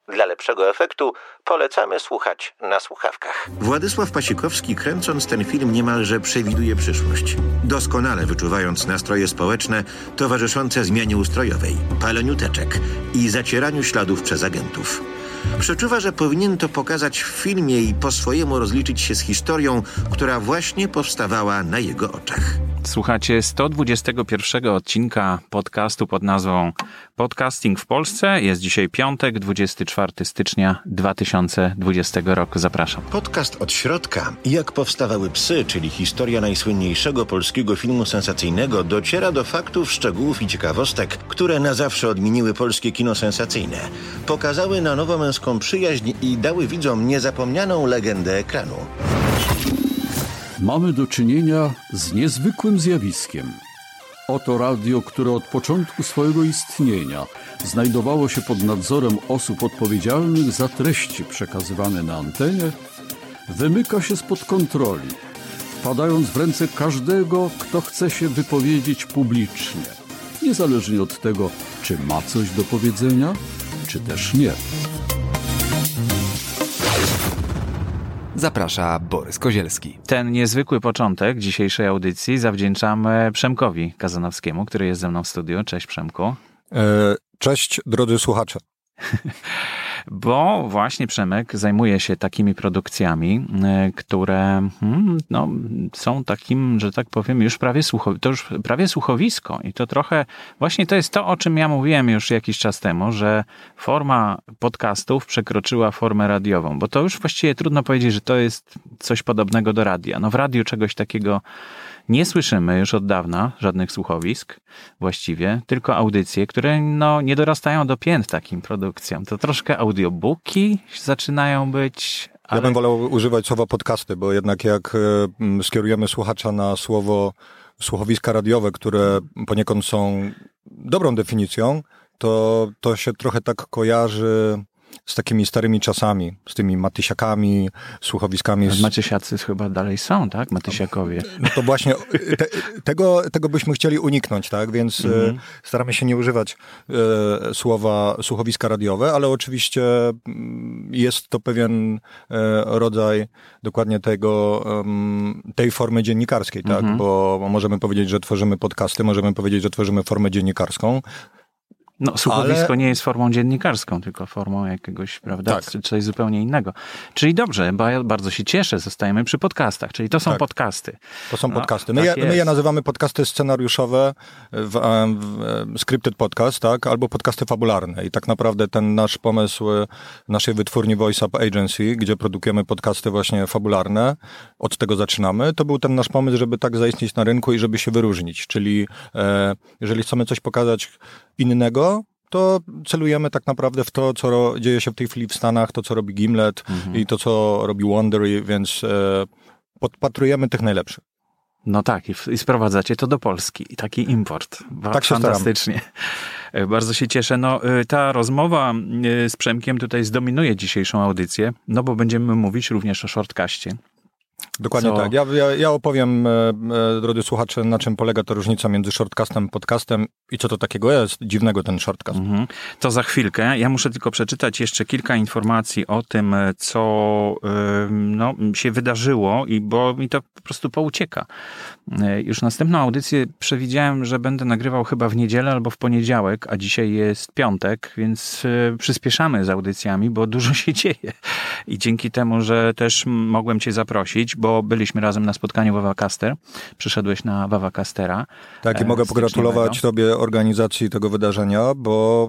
Dla lepszego efektu polecamy słuchać na słuchawkach. Władysław Pasikowski, kręcąc ten film, niemalże przewiduje przyszłość. Doskonale wyczuwając nastroje społeczne towarzyszące zmianie ustrojowej, paleniu teczek i zacieraniu śladów przez agentów. Przeczuwa, że powinien to pokazać w filmie i po swojemu rozliczyć się z historią, która właśnie powstawała na jego oczach. Słuchacie 121 odcinka podcastu pod nazwą Podcasting w Polsce. Jest dzisiaj piątek, 24 stycznia 2020 roku. Zapraszam. Podcast Od środka. Jak powstawały psy, czyli historia najsłynniejszego polskiego filmu sensacyjnego, dociera do faktów, szczegółów i ciekawostek, które na zawsze odmieniły polskie kino sensacyjne. Pokazały na nowo męską przyjaźń i dały widzom niezapomnianą legendę ekranu. Mamy do czynienia z niezwykłym zjawiskiem. Oto radio, które od początku swojego istnienia znajdowało się pod nadzorem osób odpowiedzialnych za treści przekazywane na antenie, wymyka się spod kontroli, wpadając w ręce każdego, kto chce się wypowiedzieć publicznie, niezależnie od tego, czy ma coś do powiedzenia, czy też nie. Zaprasza Borys Kozielski. Ten niezwykły początek dzisiejszej audycji zawdzięczamy Przemkowi Kazanowskiemu, który jest ze mną w studiu. Cześć, Przemku. Cześć, drodzy słuchacze. Bo właśnie Przemek zajmuje się takimi produkcjami, które są takim, że tak powiem, już prawie słuchowisko. I to trochę, właśnie to jest to, o czym ja mówiłem już jakiś czas temu, że forma podcastów przekroczyła formę radiową. Bo to już właściwie trudno powiedzieć, że to jest coś podobnego do radia. No w radiu czegoś takiego nie słyszymy już od dawna, żadnych słuchowisk właściwie, tylko audycje, które nie dorastają do pięt takim produkcjom. To troszkę audiobooki zaczynają być. Ale... Ja bym wolał używać słowa podcasty, bo jednak jak skierujemy słuchacza na słowo słuchowiska radiowe, które poniekąd są dobrą definicją, to się trochę tak kojarzy z takimi starymi czasami, z tymi Matysiakami, słuchowiskami. Matysiacy chyba dalej są, tak? Matysiakowie. No to właśnie tego byśmy chcieli uniknąć, tak? Więc staramy się nie używać słowa słuchowiska radiowe, ale oczywiście jest to pewien rodzaj dokładnie tej formy dziennikarskiej, tak? Bo możemy powiedzieć, że tworzymy podcasty, możemy powiedzieć, że tworzymy formę dziennikarską. No, słuchowisko nie jest formą dziennikarską, tylko formą jakiegoś, prawda, tak. Coś zupełnie innego. Czyli dobrze, bo ja bardzo się cieszę, zostajemy przy podcastach, czyli to są podcasty. To są podcasty. My je nazywamy podcasty scenariuszowe, scripted podcast, tak, albo podcasty fabularne. I tak naprawdę ten nasz pomysł naszej wytwórni Voice Up Agency, gdzie produkujemy podcasty właśnie fabularne, od tego zaczynamy, to był ten nasz pomysł, żeby tak zaistnieć na rynku i żeby się wyróżnić. Czyli jeżeli chcemy coś pokazać innego, to celujemy tak naprawdę w to, co dzieje się w tej chwili w Stanach, to, co robi Gimlet i to, co robi Wondery, więc podpatrujemy tych najlepszych. No tak, i sprowadzacie to do Polski. I taki import. Tak się fantastycznie. Staramy. Bardzo się cieszę. Ta rozmowa z Przemkiem tutaj zdominuje dzisiejszą audycję, bo będziemy mówić również o shortcaście. Dokładnie tak. Ja opowiem, drodzy słuchacze, na czym polega ta różnica między shortcastem, podcastem i co to takiego jest dziwnego ten shortcast. To za chwilkę. Ja muszę tylko przeczytać jeszcze kilka informacji o tym, co się wydarzyło, bo mi to po prostu poucieka. Już następną audycję przewidziałem, że będę nagrywał chyba w niedzielę albo w poniedziałek, a dzisiaj jest piątek, więc przyspieszamy z audycjami, bo dużo się dzieje. I dzięki temu, że też mogłem cię zaprosić, bo byliśmy razem na spotkaniu Wawacaster. Przyszedłeś na Wawacastera. Tak, i mogę pogratulować tobie organizacji tego wydarzenia, bo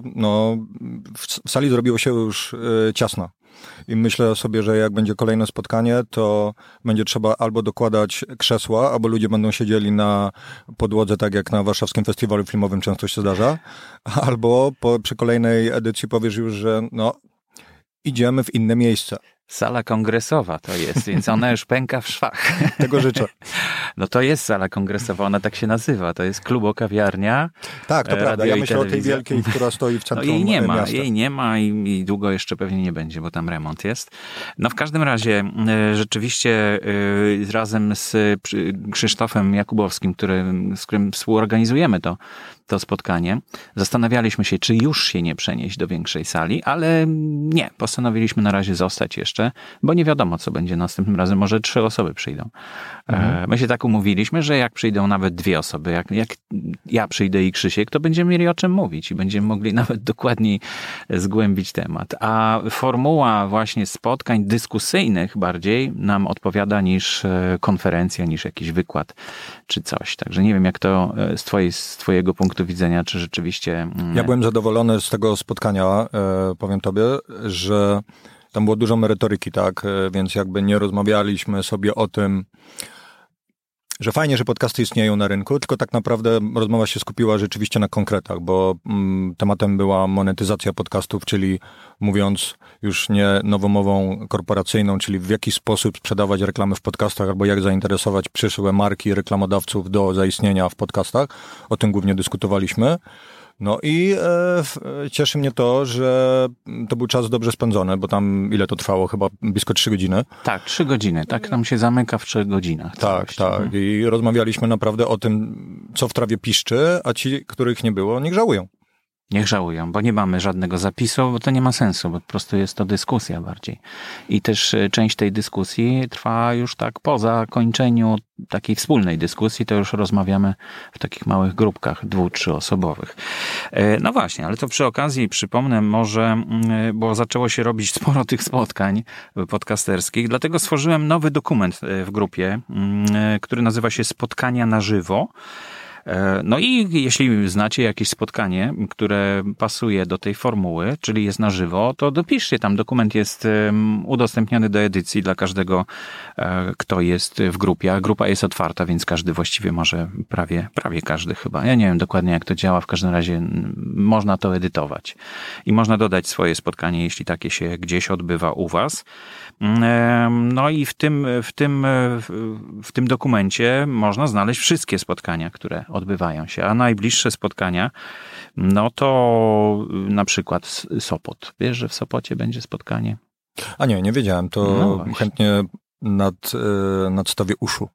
w sali zrobiło się już ciasno. I myślę sobie, że jak będzie kolejne spotkanie, to będzie trzeba albo dokładać krzesła, albo ludzie będą siedzieli na podłodze, tak jak na warszawskim festiwalu filmowym często się zdarza, albo przy kolejnej edycji powiesz już, że idziemy w inne miejsce. Sala kongresowa to jest, więc ona już pęka w szwach. Tego życzę. No to jest sala kongresowa, ona tak się nazywa. To jest Klubo-kawiarnia. Tak, to prawda. Ja myślę o tej wielkiej, która stoi w centrum miasta. Jej nie ma i długo jeszcze pewnie nie będzie, bo tam remont jest. W każdym razie rzeczywiście razem z Krzysztofem Jakubowskim, z którym współorganizujemy to spotkanie. Zastanawialiśmy się, czy już się nie przenieść do większej sali, ale nie. Postanowiliśmy na razie zostać jeszcze, bo nie wiadomo, co będzie następnym razem. Może 3 osoby przyjdą. My się tak umówiliśmy, że jak przyjdą nawet 2 osoby, jak ja przyjdę i Krzysiek, to będziemy mieli o czym mówić i będziemy mogli nawet dokładniej zgłębić temat. A formuła właśnie spotkań dyskusyjnych bardziej nam odpowiada niż konferencja, niż jakiś wykład czy coś. Także nie wiem, jak to z twojego punktu widzenia, czy rzeczywiście... Ja byłem zadowolony z tego spotkania, powiem tobie, że tam było dużo merytoryki, tak, więc jakby nie rozmawialiśmy sobie o tym, że fajnie, że podcasty istnieją na rynku, tylko tak naprawdę rozmowa się skupiła rzeczywiście na konkretach, bo tematem była monetyzacja podcastów, czyli mówiąc już nie nowomową korporacyjną, czyli w jaki sposób sprzedawać reklamy w podcastach, albo jak zainteresować przyszłe marki reklamodawców do zaistnienia w podcastach. O tym głównie dyskutowaliśmy. No i cieszy mnie to, że to był czas dobrze spędzony, bo tam ile to trwało? Chyba blisko 3 godziny. Tak, 3 godziny. Tak nam się zamyka w 3 godzinach. Tak. I rozmawialiśmy naprawdę o tym, co w trawie piszczy, a ci, których nie było, niech żałują. Niech żałują, bo nie mamy żadnego zapisu, bo to nie ma sensu, bo po prostu jest to dyskusja bardziej. I też część tej dyskusji trwa już tak po zakończeniu takiej wspólnej dyskusji, to już rozmawiamy w takich małych grupkach 2-3 osobowych. No właśnie, ale to przy okazji przypomnę może, bo zaczęło się robić sporo tych spotkań podcasterskich, dlatego stworzyłem nowy dokument w grupie, który nazywa się Spotkania na żywo. No i jeśli znacie jakieś spotkanie, które pasuje do tej formuły, czyli jest na żywo, to dopiszcie tam. Dokument jest udostępniany do edycji dla każdego, kto jest w grupie. A grupa jest otwarta, więc każdy właściwie może, prawie każdy chyba. Ja nie wiem dokładnie, jak to działa. W każdym razie można to edytować. I można dodać swoje spotkanie, jeśli takie się gdzieś odbywa u was. No i w tym dokumencie można znaleźć wszystkie spotkania, które odbywają się, a najbliższe spotkania, no to na przykład Sopot. Wiesz, że w Sopocie będzie spotkanie? A nie wiedziałem, to no chętnie nadstawię uszu.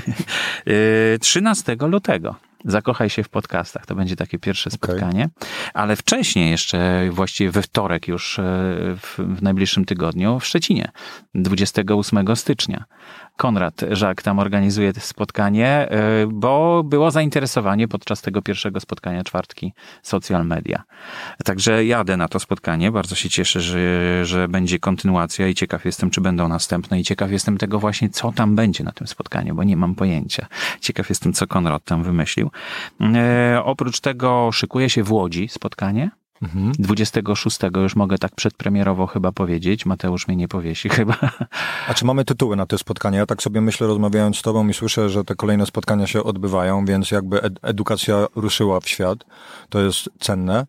13 lutego. Zakochaj się w podcastach. To będzie takie pierwsze spotkanie. Ale wcześniej jeszcze, właściwie we wtorek już w najbliższym tygodniu w Szczecinie. 28 stycznia. Konrad Żak tam organizuje spotkanie, bo było zainteresowanie podczas tego pierwszego spotkania czwartki social media. Także jadę na to spotkanie. Bardzo się cieszę, że będzie kontynuacja i ciekaw jestem, czy będą następne i ciekaw jestem tego właśnie, co tam będzie na tym spotkaniu, bo nie mam pojęcia. Ciekaw jestem, co Konrad tam wymyślił. Oprócz tego szykuje się w Łodzi spotkanie. 26 już mogę tak przedpremierowo chyba powiedzieć. Mateusz mnie nie powiesi chyba. A czy mamy tytuły na te spotkania? Ja tak sobie myślę, rozmawiając z tobą i słyszę, że te kolejne spotkania się odbywają, więc jakby edukacja ruszyła w świat. To jest cenne.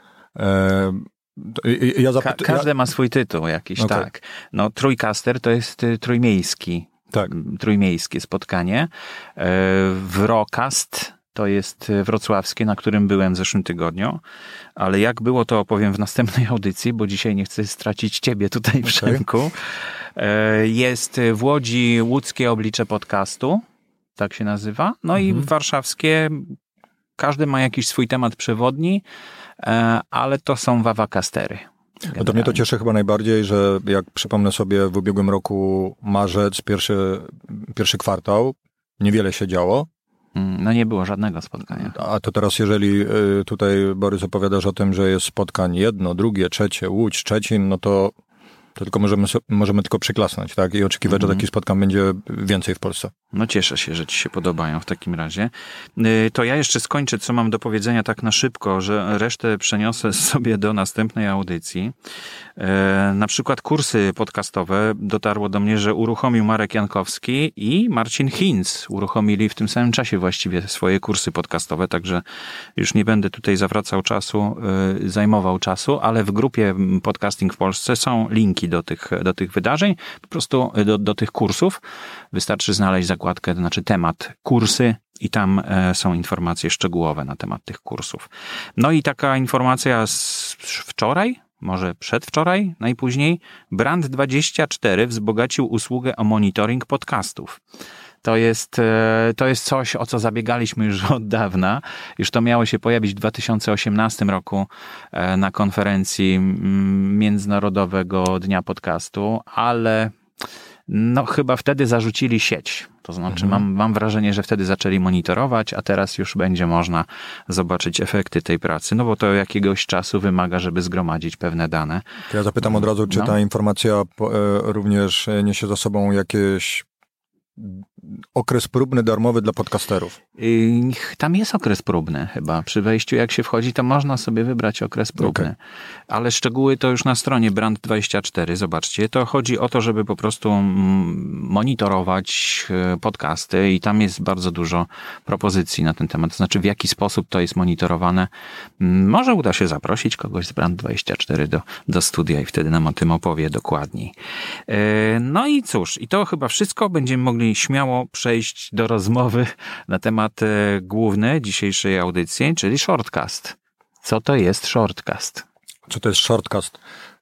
Każdy ma swój tytuł jakiś, tak. No, Trójcaster to jest trójmiejski. Tak. Trójmiejskie spotkanie. Wrocast to jest wrocławskie, na którym byłem w zeszłym tygodniu, ale jak było, to opowiem w następnej audycji, bo dzisiaj nie chcę stracić ciebie tutaj, Przemku. Jest w Łodzi Łódzkie Oblicze Podcastu, tak się nazywa, no i warszawskie, każdy ma jakiś swój temat przewodni, ale to są wawakastery. No to mnie to cieszy chyba najbardziej, że jak przypomnę sobie w ubiegłym roku marzec, pierwszy kwartał, niewiele się działo. No nie było żadnego spotkania. A to teraz, jeżeli tutaj, Borys, opowiadasz o tym, że jest spotkań 1, 2, 3, Łódź, Szczecin, no to tylko możemy tylko przyklasnąć, tak? I oczekiwać, że takich spotkań będzie więcej w Polsce. No cieszę się, że ci się podobają w takim razie. To ja jeszcze skończę, co mam do powiedzenia tak na szybko, że resztę przeniosę sobie do następnej audycji. Na przykład kursy podcastowe dotarło do mnie, że uruchomił Marek Jankowski i Marcin Hinz. Uruchomili w tym samym czasie właściwie swoje kursy podcastowe, także już nie będę tutaj zajmował czasu, ale w grupie Podcasting w Polsce są linki do tych wydarzeń, po prostu do tych kursów. Wystarczy znaleźć zakładkę, to znaczy temat kursy i tam są informacje szczegółowe na temat tych kursów. No i taka informacja z wczoraj, może przedwczoraj, najpóźniej, Brand24 wzbogacił usługę o monitoring podcastów. To jest coś, o co zabiegaliśmy już od dawna. Już to miało się pojawić w 2018 roku na konferencji Międzynarodowego Dnia Podcastu, ale chyba wtedy zarzucili sieć. To znaczy mam wrażenie, że wtedy zaczęli monitorować, a teraz już będzie można zobaczyć efekty tej pracy, bo to jakiegoś czasu wymaga, żeby zgromadzić pewne dane. To ja zapytam od razu, czy ta informacja również niesie za sobą jakieś okres próbny darmowy dla podcasterów? Tam jest okres próbny chyba. Przy wejściu, jak się wchodzi, to można sobie wybrać okres próbny. Okay. Ale szczegóły to już na stronie Brand24. Zobaczcie. To chodzi o to, żeby po prostu monitorować podcasty i tam jest bardzo dużo propozycji na ten temat. To znaczy, w jaki sposób to jest monitorowane. Może uda się zaprosić kogoś z Brand24 do studia i wtedy nam o tym opowie dokładniej. No i cóż, i to chyba wszystko. Będziemy mogli śmiało przejść do rozmowy na temat główny dzisiejszej audycji, czyli shortcast. Co to jest shortcast? Co to jest shortcast?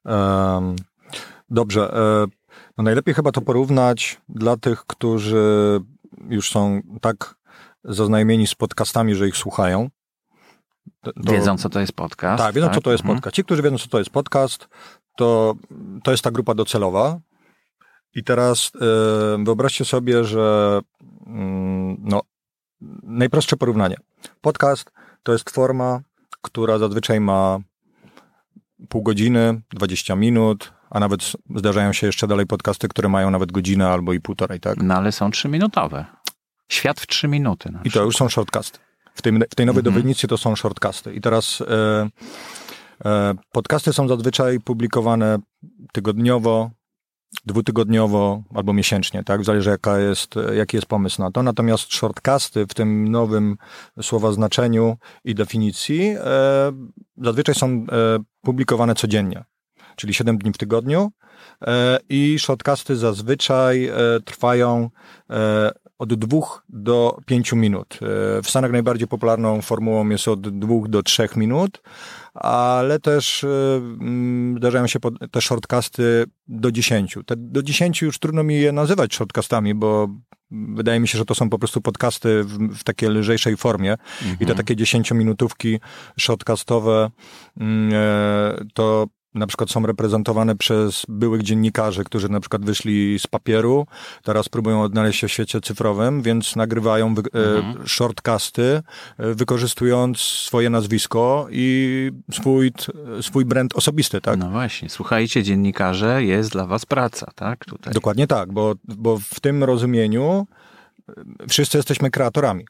Dobrze. Najlepiej chyba to porównać dla tych, którzy już są tak zaznajomieni z podcastami, że ich słuchają. Wiedzą, co to jest podcast. Tak, wiedzą, co to jest podcast. Ci, którzy wiedzą, co to jest podcast, to jest ta grupa docelowa. I teraz wyobraźcie sobie, że najprostsze porównanie. Podcast to jest forma, która zazwyczaj ma pół godziny, 20 minut, a nawet zdarzają się jeszcze dalej podcasty, które mają nawet godzinę albo i półtorej, tak? No ale są 3-minutowe. Świat w 3 minuty. I to już są shortcasty. W tej nowej definicji to są shortcasty. I teraz podcasty są zazwyczaj publikowane tygodniowo, dwutygodniowo albo miesięcznie, tak? Zależy jaki jest pomysł na to. Natomiast shortcasty w tym nowym słowa znaczeniu i definicji zazwyczaj są publikowane codziennie, czyli 7 dni w tygodniu i shortcasty zazwyczaj trwają od 2 do 5 minut. W Stanach najbardziej popularną formułą jest od 2 do 3 minut, ale też zdarzają się te shortcasty do 10. Te do 10 już trudno mi je nazywać shortcastami, bo wydaje mi się, że to są po prostu podcasty w takiej lżejszej formie i te takie 10-minutówki shortcastowe to na przykład są reprezentowane przez byłych dziennikarzy, którzy na przykład wyszli z papieru, teraz próbują odnaleźć się w świecie cyfrowym, więc nagrywają shortcasty, wykorzystując swoje nazwisko i swój brand osobisty, tak? No właśnie, słuchajcie, dziennikarze, jest dla was praca, tak? Tutaj. Dokładnie tak, bo w tym rozumieniu wszyscy jesteśmy kreatorami.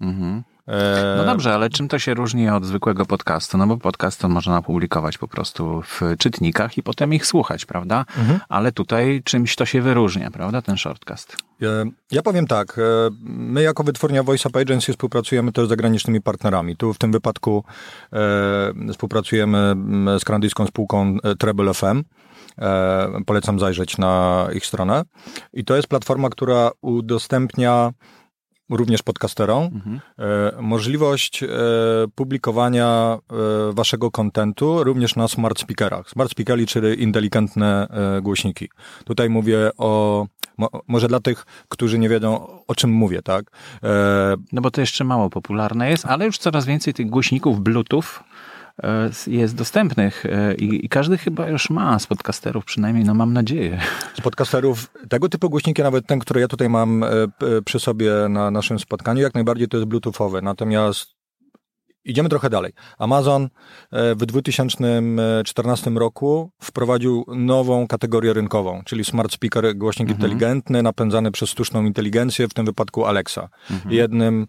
No dobrze, ale czym to się różni od zwykłego podcastu? No bo podcast to można publikować po prostu w czytnikach i potem ich słuchać, prawda? Ale tutaj czymś to się wyróżnia, prawda, ten shortcast? Ja powiem tak, my jako wytwórnia Voice Up Agency współpracujemy też z zagranicznymi partnerami. Tu w tym wypadku współpracujemy z kanadyjską spółką Treble FM. Polecam zajrzeć na ich stronę. I to jest platforma, która udostępnia również podcasterom, możliwość publikowania waszego kontentu również na smart speakerach. Smart speakery, czyli inteligentne głośniki. Tutaj mówię może dla tych, którzy nie wiedzą, o czym mówię, tak? No bo to jeszcze mało popularne jest, ale już coraz więcej tych głośników Bluetooth jest dostępnych i każdy chyba już ma z podcasterów, przynajmniej, no mam nadzieję. Z podcasterów tego typu głośniki, nawet ten, który ja tutaj mam przy sobie na naszym spotkaniu, jak najbardziej to jest bluetoothowy. Natomiast idziemy trochę dalej. Amazon w 2014 roku wprowadził nową kategorię rynkową, czyli smart speaker, głośnik inteligentny, napędzany przez sztuczną inteligencję, w tym wypadku Alexa. Jednym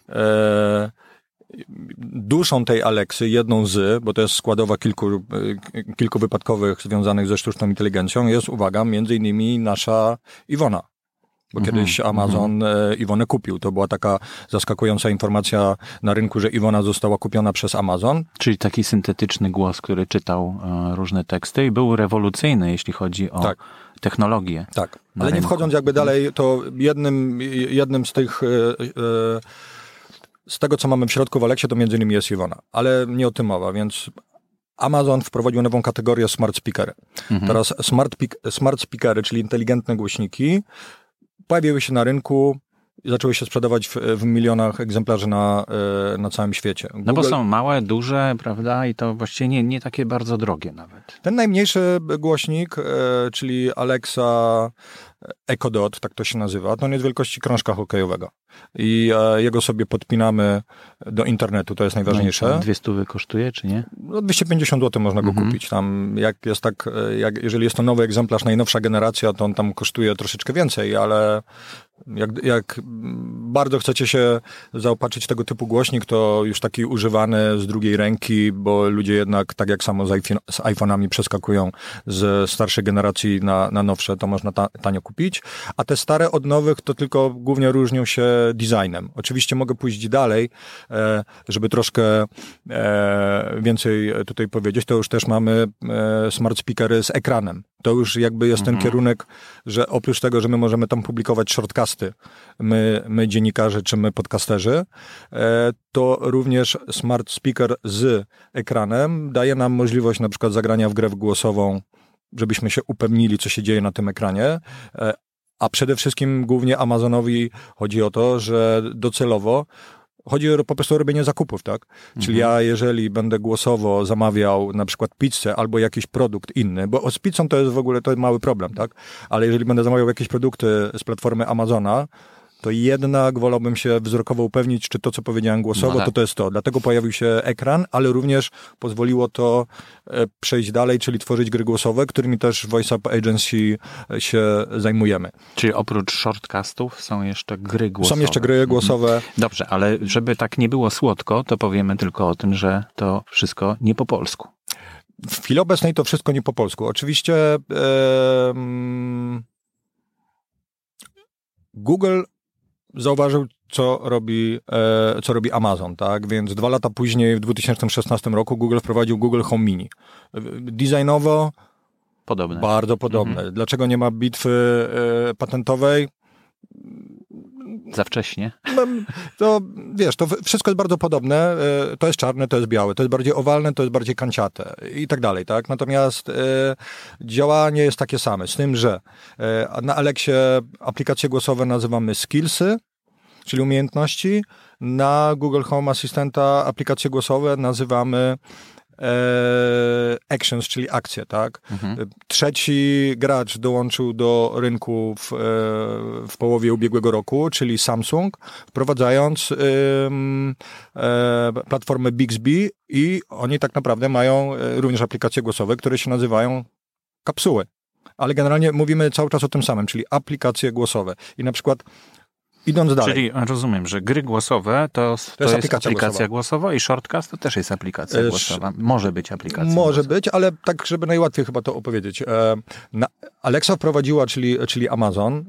duszą tej Alexy, jedną bo to jest składowa kilku wypadkowych związanych ze sztuczną inteligencją, jest, uwaga, między innymi nasza Iwona. Bo kiedyś Amazon Iwonę kupił. To była taka zaskakująca informacja na rynku, że Iwona została kupiona przez Amazon. Czyli taki syntetyczny głos, który czytał różne teksty i był rewolucyjny, jeśli chodzi o technologię. Tak, ale nie wchodząc jakby dalej, to jednym z tych z tego, co mamy w środku w Alexie, to między innymi jest Iwona. Ale nie o tym mowa, więc Amazon wprowadził nową kategorię smart speakery. Teraz smart speakery, czyli inteligentne głośniki, pojawiły się na rynku i zaczęły się sprzedawać w milionach egzemplarzy na całym świecie. No bo są małe, duże, prawda, i to właściwie nie takie bardzo drogie nawet. Ten najmniejszy głośnik, czyli Alexa Echo Dot, tak to się nazywa, to on jest wielkości krążka hokejowego. I jego sobie podpinamy do internetu, to jest najważniejsze. No 200 kosztuje, czy nie? No 250 zł można go kupić. Tam jeżeli jest to nowy egzemplarz, najnowsza generacja, to on tam kosztuje troszeczkę więcej, ale jak bardzo chcecie się zaopatrzyć w tego typu głośnik, to już taki używany z drugiej ręki, bo ludzie jednak, tak jak samo z iPhone'ami przeskakują z starszej generacji na nowsze, to można tanio kupić. A te stare od nowych to tylko głównie różnią się designem. Oczywiście mogę pójść dalej, żeby troszkę więcej tutaj powiedzieć, to już też mamy smart speakery z ekranem. To już jakby jest ten kierunek, że oprócz tego, że my możemy tam publikować shortcasty, my dziennikarze czy my podcasterzy, to również smart speaker z ekranem daje nam możliwość na przykład zagrania w grę głosową, żebyśmy się upewnili, co się dzieje na tym ekranie. A przede wszystkim głównie Amazonowi chodzi o to, że docelowo chodzi po prostu o robienie zakupów, tak? Czyli ja, jeżeli będę głosowo zamawiał na przykład pizzę albo jakiś produkt inny, bo z pizzą to jest w ogóle mały problem, tak? Ale jeżeli będę zamawiał jakieś produkty z platformy Amazona, to jednak wolałbym się wzrokowo upewnić, czy to, co powiedziałem głosowo, to jest to. Dlatego pojawił się ekran, ale również pozwoliło to przejść dalej, czyli tworzyć gry głosowe, którymi też VoiceUp Agency się zajmujemy. Czyli oprócz shortcastów są jeszcze gry głosowe. Są jeszcze gry głosowe. Dobrze, ale żeby tak nie było słodko, to powiemy tylko o tym, że to wszystko nie po polsku. W chwili obecnej to wszystko nie po polsku. Oczywiście Google zauważył, co robi Amazon, tak? Więc 2 lata później, w 2016 roku, Google wprowadził Google Home Mini. Designowo podobne. Bardzo podobne. Dlaczego nie ma bitwy patentowej? Za wcześnie. To wiesz, to wszystko jest bardzo podobne. To jest czarne, to jest białe. To jest bardziej owalne, to jest bardziej kanciate i tak dalej, tak? Natomiast działanie jest takie same. Z tym, że na Alexie aplikacje głosowe nazywamy skillsy, czyli umiejętności. Na Google Home Assistanta aplikacje głosowe nazywamy actions, czyli akcje, tak? Trzeci gracz dołączył do rynku w połowie ubiegłego roku, czyli Samsung, wprowadzając platformę Bixby i oni tak naprawdę mają również aplikacje głosowe, które się nazywają kapsuły. Ale generalnie mówimy cały czas o tym samym, czyli aplikacje głosowe. I na przykład idąc dalej. Czyli rozumiem, że gry głosowe to jest aplikacja głosowa i shortcast to też jest aplikacja głosowa. Może być aplikacja Może być, ale tak, żeby najłatwiej chyba to opowiedzieć. Alexa wprowadziła, czyli Amazon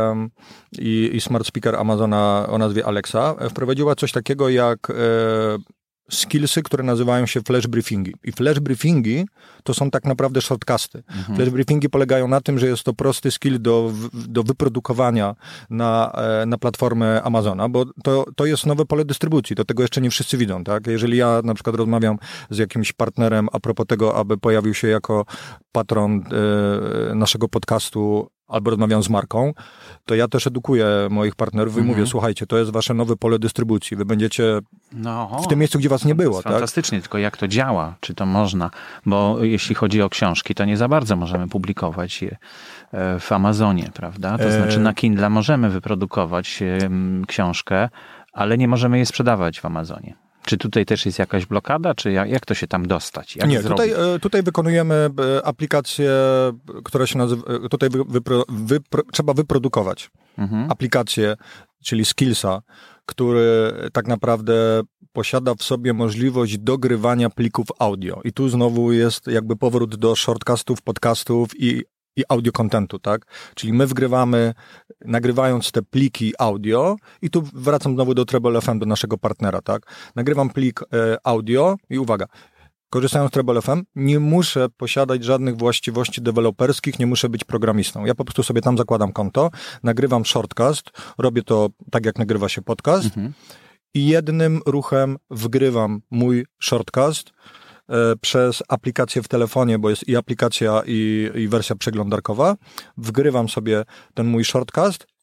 i smart speaker Amazona o nazwie Alexa, wprowadziła coś takiego jak skillsy, które nazywają się flash briefingi. I flash briefingi to są tak naprawdę shortcasty. Flash briefingi polegają na tym, że jest to prosty skill do wyprodukowania na platformę Amazona, bo to jest nowe pole dystrybucji. Do tego jeszcze nie wszyscy widzą, tak? Jeżeli ja na przykład rozmawiam z jakimś partnerem a propos tego, aby pojawił się jako patron naszego podcastu albo rozmawiam z marką, to ja też edukuję moich partnerów i mówię, słuchajcie, to jest wasze nowe pole dystrybucji. Wy będziecie w tym miejscu, gdzie was nie było. Fantastycznie, tak? Tylko jak to działa? Czy to można? Bo jeśli chodzi o książki, to nie za bardzo możemy publikować je w Amazonie, prawda? To znaczy na Kindle możemy wyprodukować książkę, ale nie możemy jej sprzedawać w Amazonie. Czy tutaj też jest jakaś blokada, czy jak to się tam dostać? Nie, tutaj wykonujemy aplikację, która się nazywa, tutaj trzeba wyprodukować aplikację, czyli skillsa, który tak naprawdę posiada w sobie możliwość dogrywania plików audio. I tu znowu jest jakby powrót do shortcastów, podcastów i audio contentu, tak? Czyli my wgrywamy, nagrywając te pliki audio i tu wracam znowu do Treble FM, do naszego partnera, tak? Nagrywam plik audio i uwaga, korzystając z Treble FM, nie muszę posiadać żadnych właściwości deweloperskich, nie muszę być programistą. Ja po prostu sobie tam zakładam konto, nagrywam shortcast, robię to tak, jak nagrywa się podcast i jednym ruchem wgrywam mój shortcast przez aplikację w telefonie, bo jest i aplikacja, i wersja przeglądarkowa. Wgrywam sobie ten mój shortcast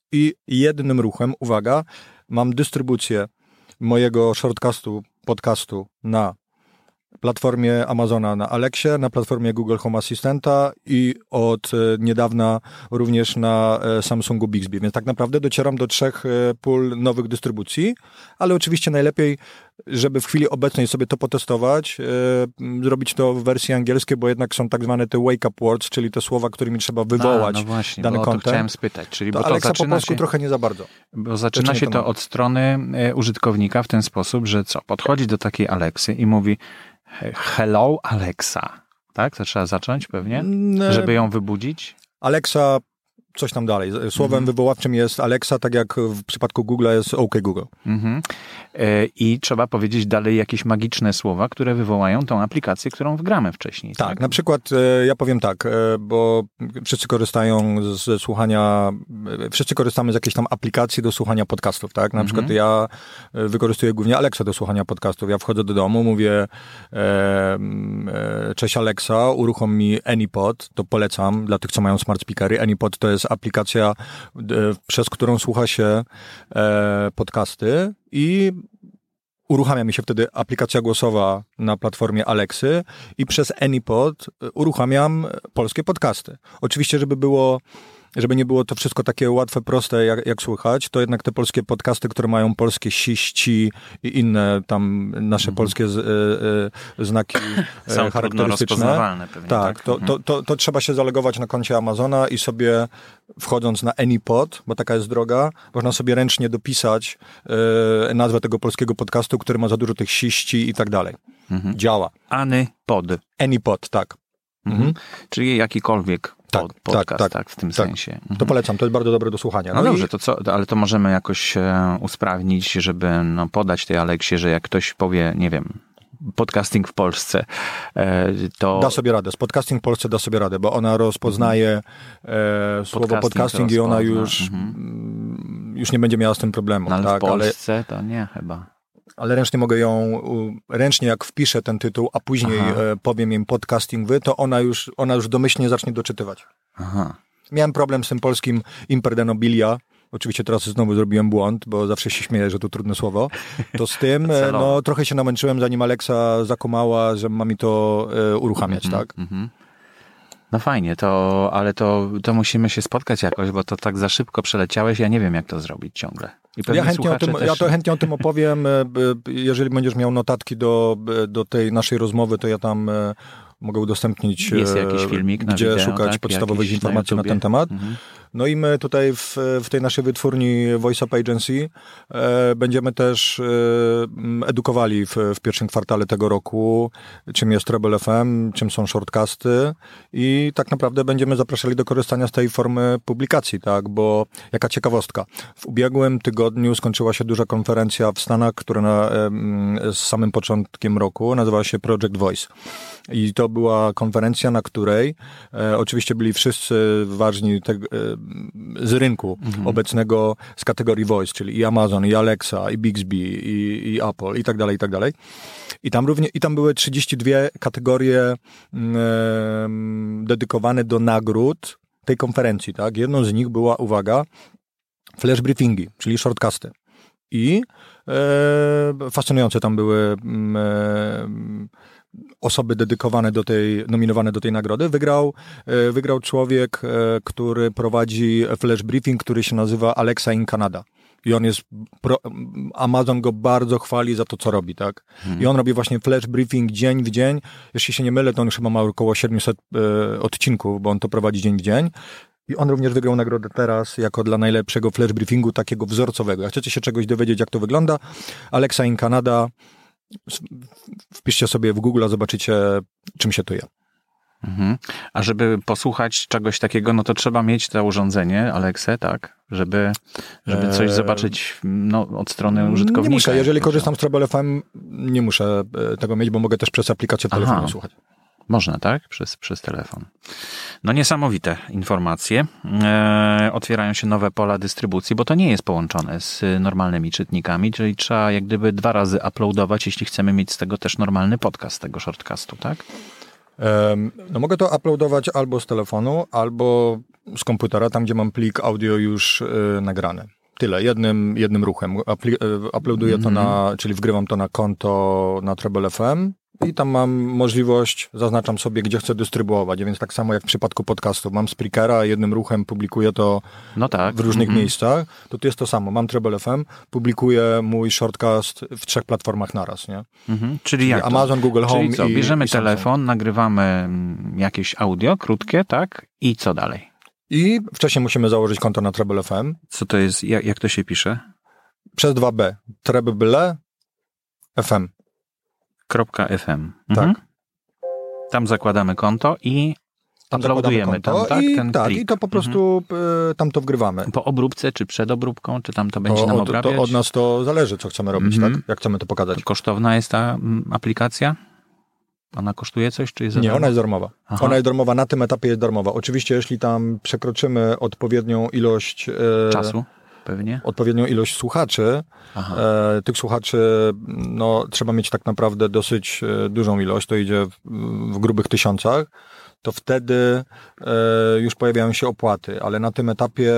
i jednym ruchem, uwaga, mam dystrybucję mojego shortcastu, podcastu na platformie Amazona na Alexie, na platformie Google Home Assistanta i od niedawna również na Samsungu Bixby. Więc tak naprawdę docieram do 3 pól nowych dystrybucji, ale oczywiście najlepiej, żeby w chwili obecnej sobie to potestować, zrobić to w wersji angielskiej, bo jednak są tak zwane te wake-up words, czyli te słowa, którymi trzeba wywołać dany content. To chciałem spytać. Czyli to bo Alexa to po polsku trochę nie za bardzo. Bo zaczyna się to od strony użytkownika w ten sposób, że podchodzi do takiej Alexy i mówi hello Alexa, tak? To trzeba zacząć pewnie, żeby ją wybudzić? Alexa, coś tam dalej. Słowem wywoławczym jest Alexa, tak jak w przypadku Google'a jest OK Google. I trzeba powiedzieć dalej jakieś magiczne słowa, które wywołają tą aplikację, którą wgramy wcześniej. Tak, na przykład ja powiem tak, bo wszyscy korzystają ze słuchania, wszyscy korzystamy z jakiejś tam aplikacji do słuchania podcastów, tak? Na przykład ja wykorzystuję głównie Alexa do słuchania podcastów. Ja wchodzę do domu, mówię cześć Alexa, uruchom mi AnyPod, to polecam dla tych, co mają smart speakery. AnyPod to jest aplikacja, przez którą słucha się podcasty i uruchamia mi się wtedy aplikacja głosowa na platformie Alexy i przez AnyPod uruchamiam polskie podcasty. Oczywiście, żeby nie było to wszystko takie łatwe, proste, jak słychać, to jednak te polskie podcasty, które mają polskie ści i inne tam nasze polskie znaki są charakterystyczne. Pewnie, tak, to trzeba się zalogować na koncie Amazona i sobie wchodząc na AnyPod, bo taka jest droga, można sobie ręcznie dopisać nazwę tego polskiego podcastu, który ma za dużo tych ści i tak dalej. Działa. AnyPod, tak. Czyli jakikolwiek podcast, tak, w tym sensie. To polecam, to jest bardzo dobre do słuchania. No dobrze, ale to możemy jakoś usprawnić, żeby podać tej Aleksie, że jak ktoś powie, nie wiem, podcasting w Polsce, to... Da sobie radę. Z podcasting w Polsce da sobie radę, bo ona rozpoznaje słowo podcasting i ona już nie będzie miała z tym problemu. No, ale tak, w Polsce to nie chyba. Ale ręcznie mogę ją, jak wpiszę ten tytuł, a później powiem im podcasting to ona już domyślnie zacznie doczytywać. Miałem problem z tym polskim impernobilia. Oczywiście teraz znowu zrobiłem błąd, bo zawsze się śmieję, że to trudne słowo. To z tym, trochę się namęczyłem, zanim Alexa zakumała, że ma mi to uruchamiać, tak? No fajnie, ale to musimy się spotkać jakoś, bo to tak za szybko przeleciałeś, ja nie wiem, jak to zrobić ciągle. Ja to chętnie o tym opowiem. Jeżeli będziesz miał notatki do tej naszej rozmowy, to ja tam mogę udostępnić, jest jakiś filmik gdzie wideo, szukać podstawowych informacji na ten temat. No i my tutaj w tej naszej wytwórni Voice Up Agency będziemy też edukowali w pierwszym kwartale tego roku, czym jest Rebel FM, czym są shortcasty i tak naprawdę będziemy zapraszali do korzystania z tej formy publikacji, tak, bo jaka ciekawostka. W ubiegłym tygodniu skończyła się duża konferencja w Stanach, która z samym początkiem roku nazywała się Project Voice. I to była konferencja, na której oczywiście byli wszyscy ważni z rynku obecnego z kategorii voice, czyli i Amazon, i Alexa, i Bixby, i Apple, i tak dalej, i tak dalej. I tam były 32 kategorie dedykowane do nagród tej konferencji, tak? Jedną z nich była, uwaga, flash briefingi, czyli shortcasty. I fascynujące tam były osoby dedykowane nominowane do tej nagrody. Wygrał człowiek, który prowadzi flash briefing, który się nazywa Alexa in Canada. I on Amazon go bardzo chwali za to, co robi, tak? I on robi właśnie flash briefing dzień w dzień. Jeśli się nie mylę, to on już chyba ma około 700 odcinków, bo on to prowadzi dzień w dzień. I on również wygrał nagrodę teraz jako dla najlepszego flash briefingu takiego wzorcowego. Jak chcecie się czegoś dowiedzieć, jak to wygląda, Alexa in Canada, wpiszcie sobie w Google, zobaczycie, czym się to je. A żeby posłuchać czegoś takiego, no to trzeba mieć to urządzenie, Alexę, tak? Żeby coś zobaczyć od strony użytkownika. Nie muszę, jeżeli korzystam z Rebel FM, nie muszę tego mieć, bo mogę też przez aplikację telefonu słuchać. Można, tak? Przez telefon. No niesamowite informacje. Otwierają się nowe pola dystrybucji, bo to nie jest połączone z normalnymi czytnikami, czyli trzeba jak gdyby 2 razy uploadować, jeśli chcemy mieć z tego też normalny podcast, tego shortcastu, tak? No mogę to uploadować albo z telefonu, albo z komputera, tam gdzie mam plik audio już nagrany. Tyle, jednym ruchem. Uploaduję to czyli wgrywam to na konto na Treble FM i tam mam możliwość, zaznaczam sobie, gdzie chcę dystrybuować, więc tak samo jak w przypadku podcastów. Mam Spreakera, jednym ruchem publikuję to w różnych miejscach. To tu jest to samo. Mam Treble FM, publikuję mój shortcast w 3 platformach naraz, nie? Czyli jak Amazon, Google Home czyli co? Bierzemy i telefon, nagrywamy jakieś audio krótkie, tak? I co dalej? I wcześniej musimy założyć konto na Treble FM. Co to jest? Jak to się pisze? Przez 2B. Treble FM. .fm. Tak. Tam zakładamy konto i uploadujemy tam, tak? Ten plik. I to po prostu tam to wgrywamy. Po obróbce, czy przed obróbką, czy tam to będzie nam obrabiać? To od nas to zależy, co chcemy robić, tak? Jak chcemy to pokazać. To kosztowna jest ta aplikacja? Ona kosztuje coś, czy jest Nie, ona jest darmowa. Ona jest darmowa, na tym etapie jest darmowa. Oczywiście, jeśli tam przekroczymy odpowiednią ilość czasu, pewnie. Odpowiednią ilość słuchaczy, tych słuchaczy, trzeba mieć tak naprawdę dosyć dużą ilość, to idzie w grubych tysiącach, to wtedy już pojawiają się opłaty, ale na tym etapie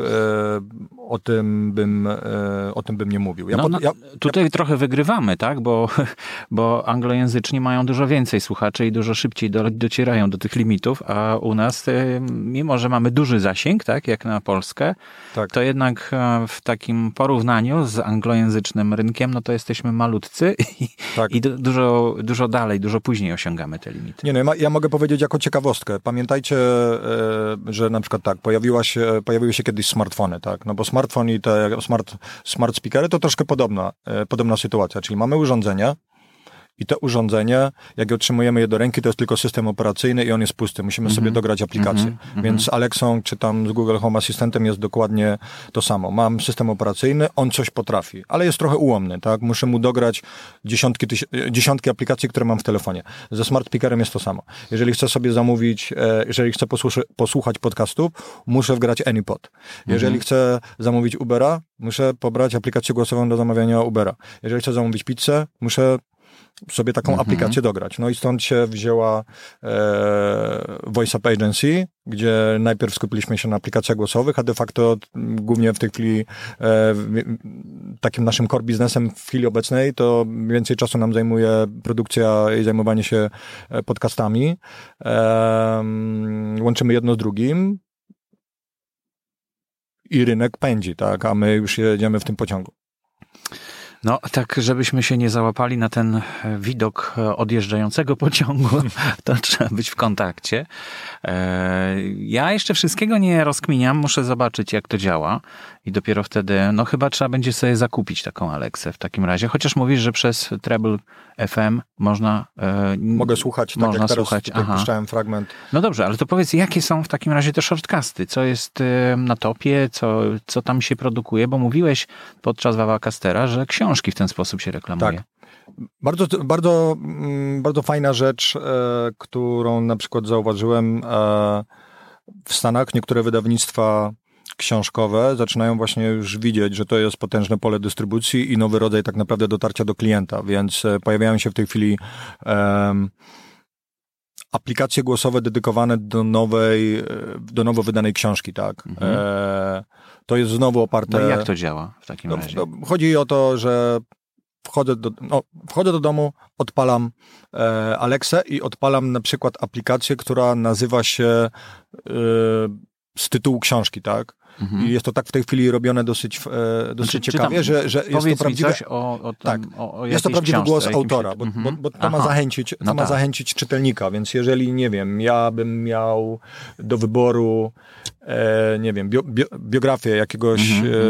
o tym bym nie mówił. Tutaj trochę wygrywamy, tak? Bo anglojęzyczni mają dużo więcej słuchaczy i dużo szybciej docierają do tych limitów, a u nas, mimo że mamy duży zasięg, tak, jak na Polskę, to jednak w takim porównaniu z anglojęzycznym rynkiem, to jesteśmy malutcy i dużo dalej, dużo później osiągamy te limity. Ja mogę powiedzieć jako ciekawostkę. Pamiętajcie, że na przykład pojawiły się kiedyś smartfony, tak? No bo smartfon i te smart speakery to troszkę podobna sytuacja, czyli mamy urządzenie i to urządzenie, jak otrzymujemy je do ręki, to jest tylko system operacyjny i on jest pusty. Musimy sobie dograć aplikację. Więc z Alexą czy tam z Google Home Assistentem jest dokładnie to samo. Mam system operacyjny, on coś potrafi, ale jest trochę ułomny, tak? Muszę mu dograć dziesiątki aplikacji, które mam w telefonie. Ze smart speakerem jest to samo. Jeżeli chcę sobie zamówić, jeżeli chcę posłuchać podcastów, muszę wgrać AnyPod. Jeżeli chcę zamówić Ubera, muszę pobrać aplikację głosową do zamawiania Ubera. Jeżeli chcę zamówić pizzę, muszę sobie taką aplikację dograć. No i stąd się wzięła Voice Up Agency, gdzie najpierw skupiliśmy się na aplikacjach głosowych, a de facto głównie w tej chwili takim naszym core biznesem w chwili obecnej to więcej czasu nam zajmuje produkcja i zajmowanie się podcastami. Łączymy jedno z drugim i rynek pędzi, tak, a my już jedziemy w tym pociągu. No, tak, żebyśmy się nie załapali na ten widok odjeżdżającego pociągu, to trzeba być w kontakcie. Ja jeszcze wszystkiego nie rozkminiam, muszę zobaczyć, jak to działa i dopiero wtedy, chyba trzeba będzie sobie zakupić taką Alexę w takim razie, chociaż mówisz, że przez Treble FM można... Mogę słuchać, tak jak teraz puszczałem fragment. No dobrze, ale to powiedz, jakie są w takim razie te shortcasty? Co jest na topie? Co tam się produkuje? Bo mówiłeś podczas Wawacastera, że książki w ten sposób się reklamuje. Tak. Bardzo, bardzo, bardzo fajna rzecz, którą na przykład zauważyłem w Stanach. Niektóre wydawnictwa książkowe zaczynają właśnie już widzieć, że to jest potężne pole dystrybucji i nowy rodzaj tak naprawdę dotarcia do klienta, więc pojawiają się w tej chwili aplikacje głosowe dedykowane do nowo wydanej książki, tak. To jest znowu oparte... No i jak to działa w takim razie? Chodzi o to, że wchodzę do domu, odpalam Alexę i odpalam na przykład aplikację, która nazywa się z tytułu książki, tak? I jest to tak w tej chwili robione dosyć ciekawie, że jest to prawdziwe... Coś o jest to prawdziwy książce, głos autora, bo to ma zachęcić czytelnika, więc jeżeli, nie wiem, ja bym miał do wyboru biografię jakiegoś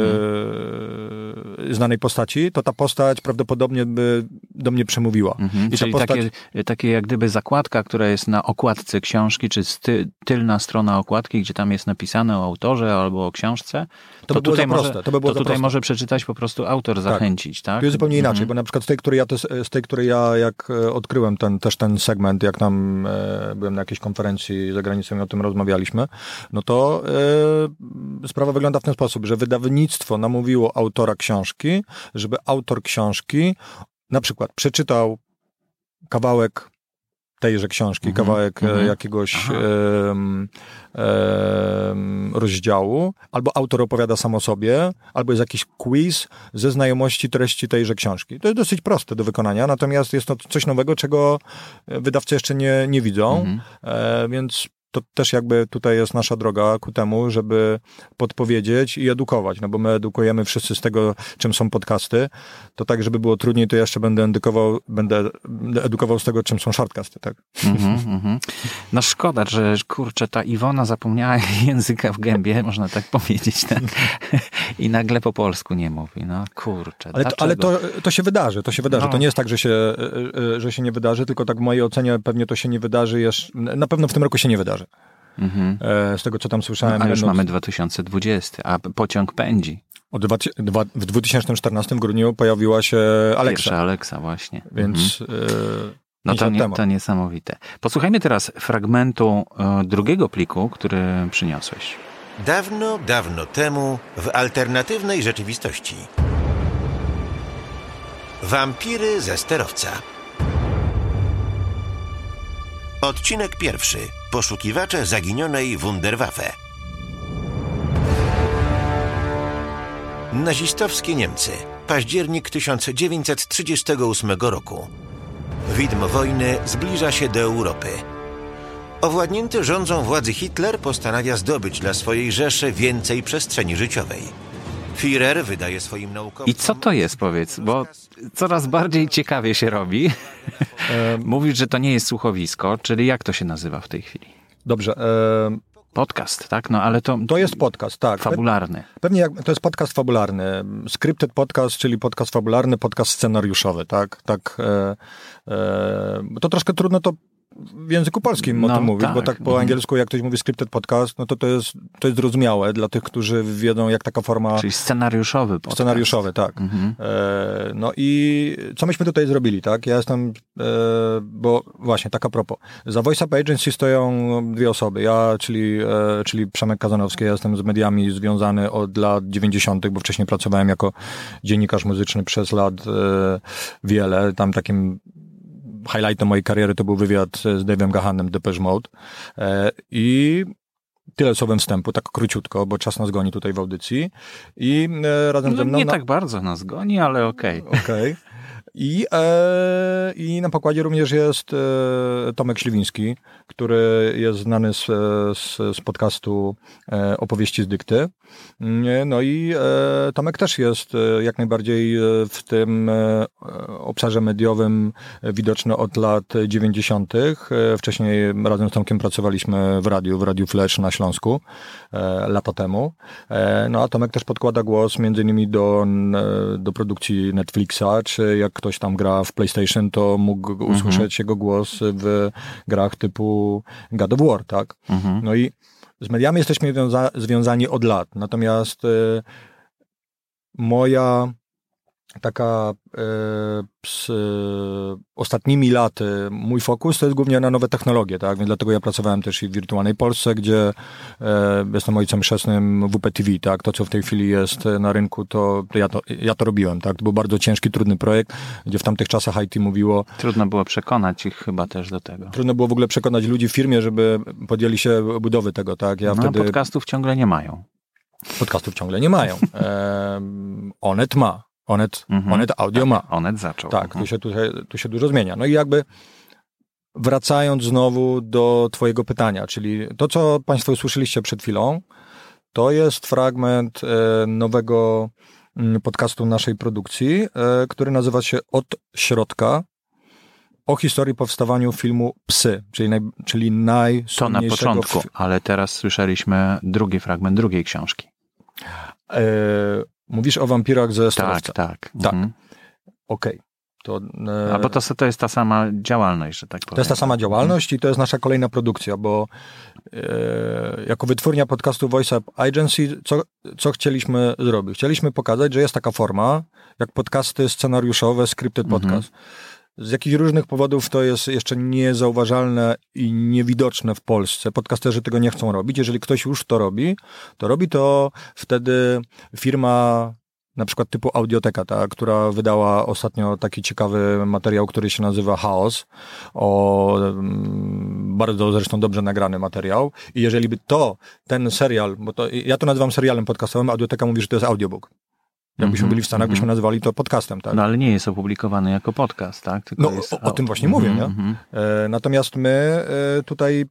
znanej postaci, to ta postać prawdopodobnie by do mnie przemówiła. I czyli takie jak gdyby zakładka, która jest na okładce książki, czy tylna strona okładki, gdzie tam jest napisane o autorze albo o książce, to by było za proste. Tutaj może przeczytać po prostu autor, zachęcić, tak? To jest zupełnie inaczej, bo na przykład z tej, której ja jak odkryłem ten segment, jak tam byłem na jakiejś konferencji za granicą i o tym rozmawialiśmy, no to sprawa wygląda w ten sposób, że wydawnictwo namówiło autora książki, żeby autor książki na przykład przeczytał kawałek tejże książki, kawałek jakiegoś rozdziału, albo autor opowiada sam o sobie, albo jest jakiś quiz ze znajomości treści tejże książki. To jest dosyć proste do wykonania, natomiast jest to coś nowego, czego wydawcy jeszcze nie widzą, więc to też jakby tutaj jest nasza droga ku temu, żeby podpowiedzieć i edukować, no bo my edukujemy wszyscy z tego, czym są podcasty, to tak, żeby było trudniej, to jeszcze będę edukował z tego, czym są shortcasty, tak? No szkoda, że kurczę, ta Iwona zapomniała języka w gębie, można tak powiedzieć, tak? I nagle po polsku nie mówi, no kurczę. Ale to się wydarzy, no. To nie jest tak, że się nie wydarzy, tylko tak w mojej ocenie pewnie to się nie wydarzy jeszcze, na pewno w tym roku się nie wydarzy. Z tego, co tam słyszałem. No, a już mamy 2020, a pociąg pędzi. W 2014 w grudniu pojawiła się Alexa. Pierwsza Alexa, właśnie. Więc no to niesamowite. Posłuchajmy teraz fragmentu drugiego pliku, który przyniosłeś. Dawno, dawno temu w alternatywnej rzeczywistości. Wampiry ze sterowca. Odcinek 1. Poszukiwacze zaginionej Wunderwaffe. Nazistowskie Niemcy. Październik 1938 roku. Widmo wojny zbliża się do Europy. Owładnięty rządzą władzy Hitler postanawia zdobyć dla swojej Rzeszy więcej przestrzeni życiowej. Führer wydaje swoim naukowcom... I co to jest, powiedz? Bo coraz bardziej ciekawie się robi. Mówisz, że to nie jest słuchowisko, czyli jak to się nazywa w tej chwili? Dobrze. Podcast, tak? No ale to jest podcast, tak. Fabularny. Pewnie to jest podcast fabularny. Scripted podcast, czyli podcast fabularny, podcast scenariuszowy, tak? To troszkę trudno to w języku polskim o tym mówić, bo tak po angielsku, jak ktoś mówi scripted podcast, no to jest zrozumiałe dla tych, którzy wiedzą, jak taka forma... Czyli scenariuszowy podcast. Scenariuszowy, tak. No i co myśmy tutaj zrobili, tak? Ja jestem, bo właśnie, tak a propos. Za Voice Up Agency stoją dwie osoby. Ja, czyli Przemek Kazanowski, ja jestem z mediami związany od lat 90., bo wcześniej pracowałem jako dziennikarz muzyczny przez lat wiele. Tam takim highlightem mojej kariery to był wywiad z Dave'em Gahanem, Depeche Mode. I tyle słowem wstępu, tak króciutko, bo czas nas goni tutaj w audycji. I razem ze mną... Nie tak bardzo nas goni, ale okej. Okej. I na pokładzie również jest Tomek Śliwiński, który jest znany z podcastu Opowieści z dykty. No i Tomek też jest jak najbardziej w tym obszarze mediowym widoczny od lat 90. Wcześniej razem z Tomkiem pracowaliśmy w Radiu Flash na Śląsku lata temu. No a Tomek też podkłada głos między innymi do produkcji Netflixa, czy jak ktoś tam gra w PlayStation, to mógł usłyszeć jego głos w grach typu God of War, tak? No i z mediami jesteśmy związani od lat, natomiast moja taka z ostatnimi laty mój fokus to jest głównie na nowe technologie, tak? Więc dlatego ja pracowałem też i w Wirtualnej Polsce, gdzie jestem ojcem chrzestnym WPTV, tak? To, co w tej chwili jest na rynku, to ja to robiłem, tak? To był bardzo ciężki, trudny projekt, gdzie w tamtych czasach IT mówiło... Trudno było przekonać ich chyba też do tego. Trudno było w ogóle przekonać ludzi w firmie, żeby podjęli się budowy tego, tak? Podcastów ciągle nie mają. Podcastów ciągle nie mają. Onet ma. Onet Audio ma. Onet zaczął. Tak, tu się dużo zmienia. No i jakby wracając znowu do twojego pytania, czyli to, co państwo usłyszeliście przed chwilą, to jest fragment nowego podcastu naszej produkcji, który nazywa się Od środka, o historii powstawaniu filmu Psy, czyli najsłynniejszego... To na początku, ale teraz słyszeliśmy drugi fragment drugiej książki. Mówisz o wampirach ze sterowca. Tak. Okej. Bo to jest ta sama działalność, że tak powiem. To jest ta sama działalność i to jest nasza kolejna produkcja, bo jako wytwórnia podcastu Voice Up Agency, co chcieliśmy zrobić? Chcieliśmy pokazać, że jest taka forma, jak podcasty scenariuszowe, scripted podcast. Z jakichś różnych powodów to jest jeszcze niezauważalne i niewidoczne w Polsce. Podcasterzy tego nie chcą robić. Jeżeli ktoś już to robi to wtedy firma na przykład typu Audioteka, która wydała ostatnio taki ciekawy materiał, który się nazywa Chaos, bardzo zresztą dobrze nagrany materiał. I jeżeli by ten serial, bo ja to nazywam serialem podcastowym, Audioteka mówi, że to jest audiobook. Jakbyśmy byli w Stanach, byśmy nazywali to podcastem, tak? No ale nie jest opublikowany jako podcast, tak? Tylko o tym właśnie mówię, nie? Natomiast my tutaj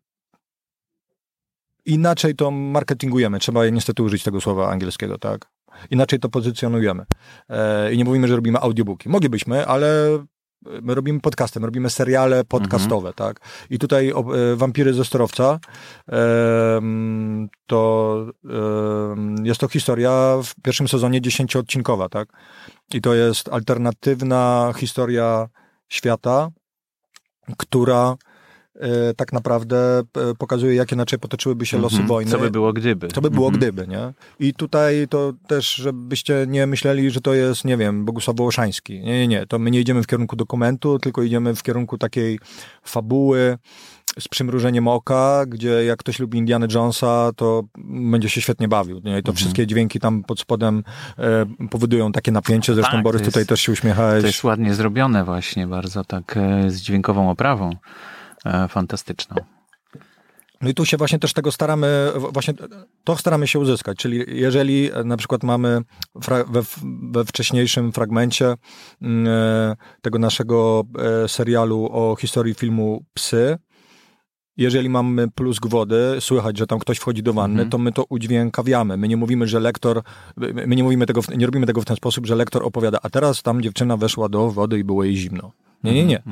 inaczej to marketingujemy. Trzeba niestety użyć tego słowa angielskiego, tak? Inaczej to pozycjonujemy. I nie mówimy, że robimy audiobooki. Moglibyśmy, ale my robimy podcastem, robimy seriale podcastowe, tak? I tutaj Wampiry ze Sterowca to jest to historia w pierwszym sezonie 10-odcinkowa, tak? I to jest alternatywna historia świata, która tak naprawdę pokazuje, jak inaczej potoczyłyby się losy wojny. Co by było gdyby. Co by było gdyby, nie? I tutaj to też, żebyście nie myśleli, że to jest, nie wiem, Bogusław Wołoszański. Nie. To my nie idziemy w kierunku dokumentu, tylko idziemy w kierunku takiej fabuły z przymrużeniem oka, gdzie jak ktoś lubi Indiana Jonesa, to będzie się świetnie bawił. Nie? I to wszystkie dźwięki tam pod spodem powodują takie napięcie. Zresztą tak, Borys, tutaj też się uśmiechałeś. To jest ładnie zrobione właśnie, bardzo tak z dźwiękową oprawą. Fantastyczną. No i tu się właśnie też tego staramy się uzyskać, czyli jeżeli na przykład mamy we wcześniejszym fragmencie tego naszego serialu o historii filmu Psy, jeżeli mamy plusk wody, słychać, że tam ktoś wchodzi do wanny, to my to udźwiękawiamy. My nie mówimy, że lektor, nie robimy tego w ten sposób, że lektor opowiada, a teraz tam dziewczyna weszła do wody i było jej zimno. Nie.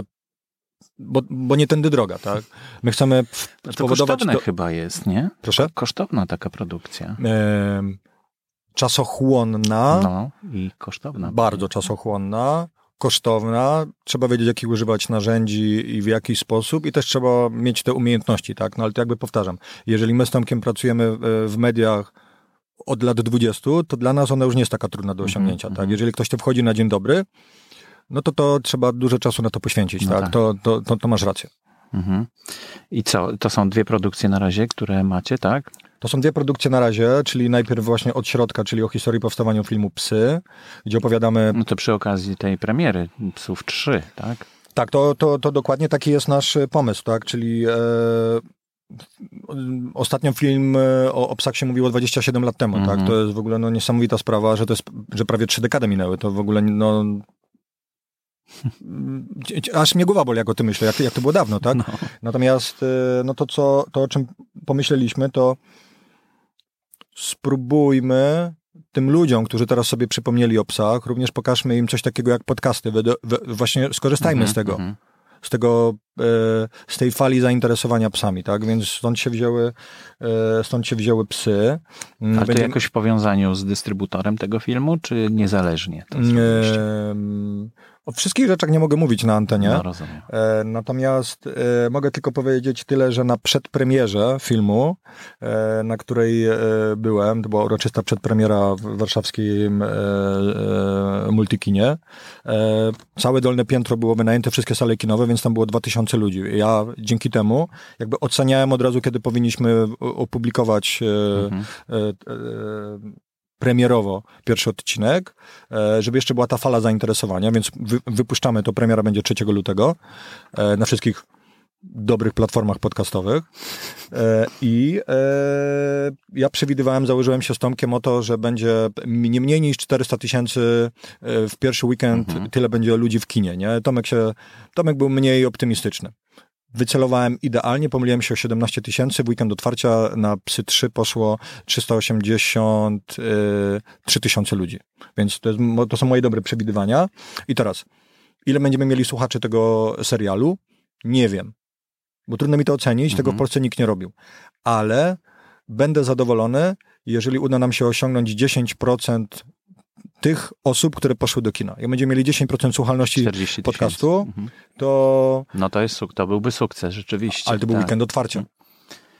Bo nie tędy droga, tak? My chcemy spowodować... To kosztowne chyba jest, nie? Proszę? Kosztowna taka produkcja. Czasochłonna. No i kosztowna. Bardzo czasochłonna, kosztowna. Trzeba wiedzieć, jakich używać narzędzi i w jaki sposób. I też trzeba mieć te umiejętności, tak? No ale to jakby powtarzam. Jeżeli my z Tomkiem pracujemy w mediach od lat 20, to dla nas ona już nie jest taka trudna do osiągnięcia, tak? Jeżeli ktoś to wchodzi na dzień dobry, no to trzeba dużo czasu na to poświęcić, tak? To masz rację. I co? To są 2 produkcje na razie, które macie, tak? To są 2 produkcje na razie, czyli najpierw właśnie Od środka, czyli o historii powstawania filmu Psy, gdzie opowiadamy... No to przy okazji tej premiery Psów 3, tak? Tak, to dokładnie taki jest nasz pomysł, tak? Czyli ostatnio film o psach się mówiło 27 lat temu, tak? To jest w ogóle niesamowita sprawa, że prawie 3 dekady minęły. To w ogóle aż mnie głowa boli, jak o tym myślę, jak to było dawno, tak? No. Natomiast to o czym pomyśleliśmy, to spróbujmy tym ludziom, którzy teraz sobie przypomnieli o psach, również pokażmy im coś takiego jak podcasty. Właśnie skorzystajmy z tej fali zainteresowania psami, tak? Więc stąd się wzięły Psy. Ale to jakoś w powiązaniu z dystrybutorem tego filmu, czy niezależnie? O wszystkich rzeczach nie mogę mówić na antenie. No, rozumiem. Natomiast mogę tylko powiedzieć tyle, że na przedpremierze filmu, na której byłem, to była uroczysta przedpremiera w warszawskim Multikinie, całe dolne piętro było wynajęte, wszystkie sale kinowe, więc tam było 2000 ludzi. Ja dzięki temu jakby oceniałem od razu, kiedy powinniśmy opublikować premierowo pierwszy odcinek, żeby jeszcze była ta fala zainteresowania, więc wypuszczamy to, premiera będzie 3 lutego na wszystkich dobrych platformach podcastowych i ja przewidywałem, założyłem się z Tomkiem o to, że będzie nie mniej niż 400 000 w pierwszy weekend, tyle będzie ludzi w kinie, nie? Tomek był mniej optymistyczny. Wycelowałem idealnie, pomyliłem się o 17 000, w weekend otwarcia na Psy 3 poszło 383 000 ludzi. Więc to są moje dobre przewidywania. I teraz, ile będziemy mieli słuchaczy tego serialu? Nie wiem. Bo trudno mi to ocenić, tego w Polsce nikt nie robił. Ale będę zadowolony, jeżeli uda nam się osiągnąć 10% tych osób, które poszły do kina. Jak będziemy mieli 10% słuchalności podcastu, to... No to byłby sukces, rzeczywiście. Ale to był weekend otwarcia.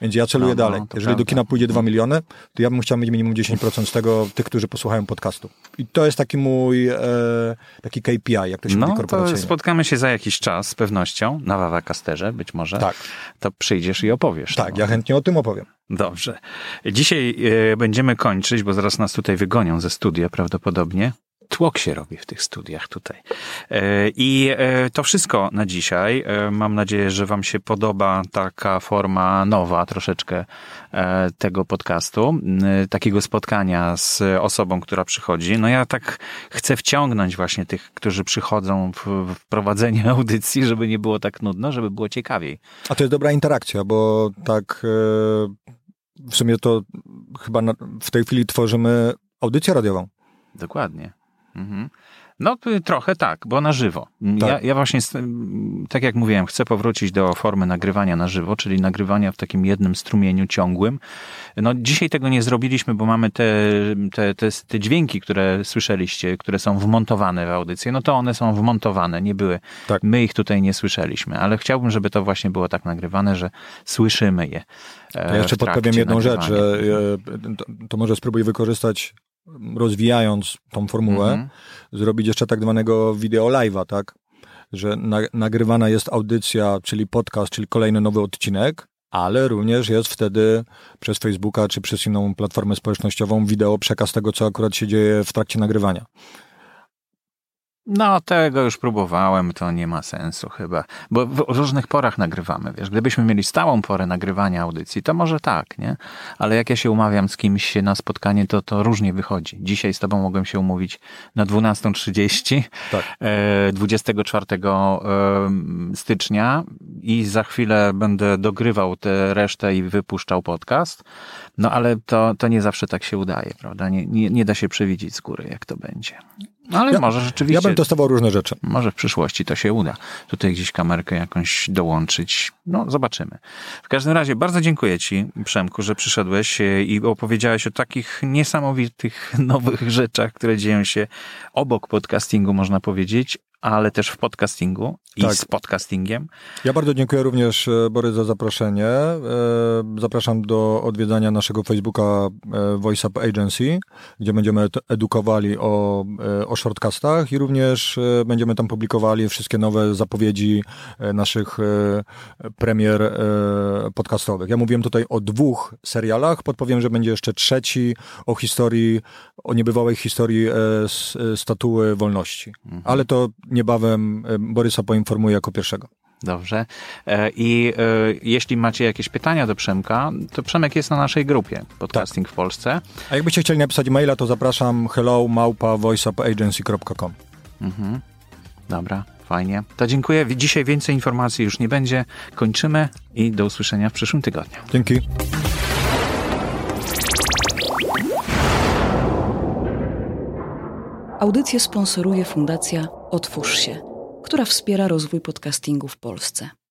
Więc ja celuję dalej. Jeżeli do kina pójdzie 2 miliony, to ja bym chciał mieć minimum 10% z tego, tych, którzy posłuchają podcastu. I to jest taki mój taki KPI, jak to się mówi korporacyjnie. To spotkamy się za jakiś czas z pewnością na Wawacasterze być może. Tak. To przyjdziesz i opowiesz. Tak, ja chętnie o tym opowiem. Dobrze. Dzisiaj będziemy kończyć, bo zaraz nas tutaj wygonią ze studia prawdopodobnie. Tłok się robi w tych studiach tutaj. I to wszystko na dzisiaj. Mam nadzieję, że wam się podoba taka forma nowa troszeczkę tego podcastu, takiego spotkania z osobą, która przychodzi. No ja tak chcę wciągnąć właśnie tych, którzy przychodzą w prowadzenie audycji, żeby nie było tak nudno, żeby było ciekawiej. A to jest dobra interakcja, bo tak w sumie to chyba w tej chwili tworzymy audycję radiową. Dokładnie. Mhm. No trochę tak, bo na żywo. Tak. Ja właśnie, tak jak mówiłem, chcę powrócić do formy nagrywania na żywo, czyli nagrywania w takim jednym strumieniu ciągłym. No dzisiaj tego nie zrobiliśmy, bo mamy te dźwięki, które słyszeliście, które są wmontowane w audycję, no to one są wmontowane, nie były. Tak. My ich tutaj nie słyszeliśmy, ale chciałbym, żeby to właśnie było tak nagrywane, że słyszymy je. Ja jeszcze podpowiem jedną rzecz, że to może spróbuj wykorzystać, rozwijając tą formułę, zrobić jeszcze tak zwanego video live'a, tak? Że nagrywana jest audycja, czyli podcast, czyli kolejny nowy odcinek, ale również jest wtedy przez Facebooka czy przez inną platformę społecznościową wideo przekaz tego, co akurat się dzieje w trakcie nagrywania. No, tego już próbowałem, to nie ma sensu chyba, bo w różnych porach nagrywamy, wiesz, gdybyśmy mieli stałą porę nagrywania audycji, to może tak, nie? Ale jak ja się umawiam z kimś na spotkanie, to różnie wychodzi. Dzisiaj z tobą mogłem się umówić na 12:30, tak. 24 stycznia i za chwilę będę dogrywał tę resztę i wypuszczał podcast, no ale to nie zawsze tak się udaje, prawda? Nie da się przewidzieć z góry, jak to będzie. Ale może rzeczywiście... Ja bym testował różne rzeczy. Może w przyszłości to się uda. Tutaj gdzieś kamerkę jakąś dołączyć. No, zobaczymy. W każdym razie bardzo dziękuję ci, Przemku, że przyszedłeś i opowiedziałeś o takich niesamowitych nowych rzeczach, które dzieją się obok podcastingu, można powiedzieć, ale też w podcastingu i z podcastingiem. Ja bardzo dziękuję również, Borys, za zaproszenie. Zapraszam do odwiedzania naszego Facebooka Voice Up Agency, gdzie będziemy edukowali o shortcastach i również będziemy tam publikowali wszystkie nowe zapowiedzi naszych premier podcastowych. Ja mówiłem tutaj o 2 serialach, podpowiem, że będzie jeszcze 3 o niebywałej historii Statuły Wolności. Ale to niebawem Borysa poinformuję jako pierwszego. Dobrze. I jeśli macie jakieś pytania do Przemka, to Przemek jest na naszej grupie Podcasting w Polsce. A jakbyście chcieli napisać maila, to zapraszam hello@voiceupagency.com. Dobra, fajnie. To dziękuję. Dzisiaj więcej informacji już nie będzie. Kończymy i do usłyszenia w przyszłym tygodniu. Dzięki. Audycję sponsoruje Fundacja Otwórz się, która wspiera rozwój podcastingu w Polsce.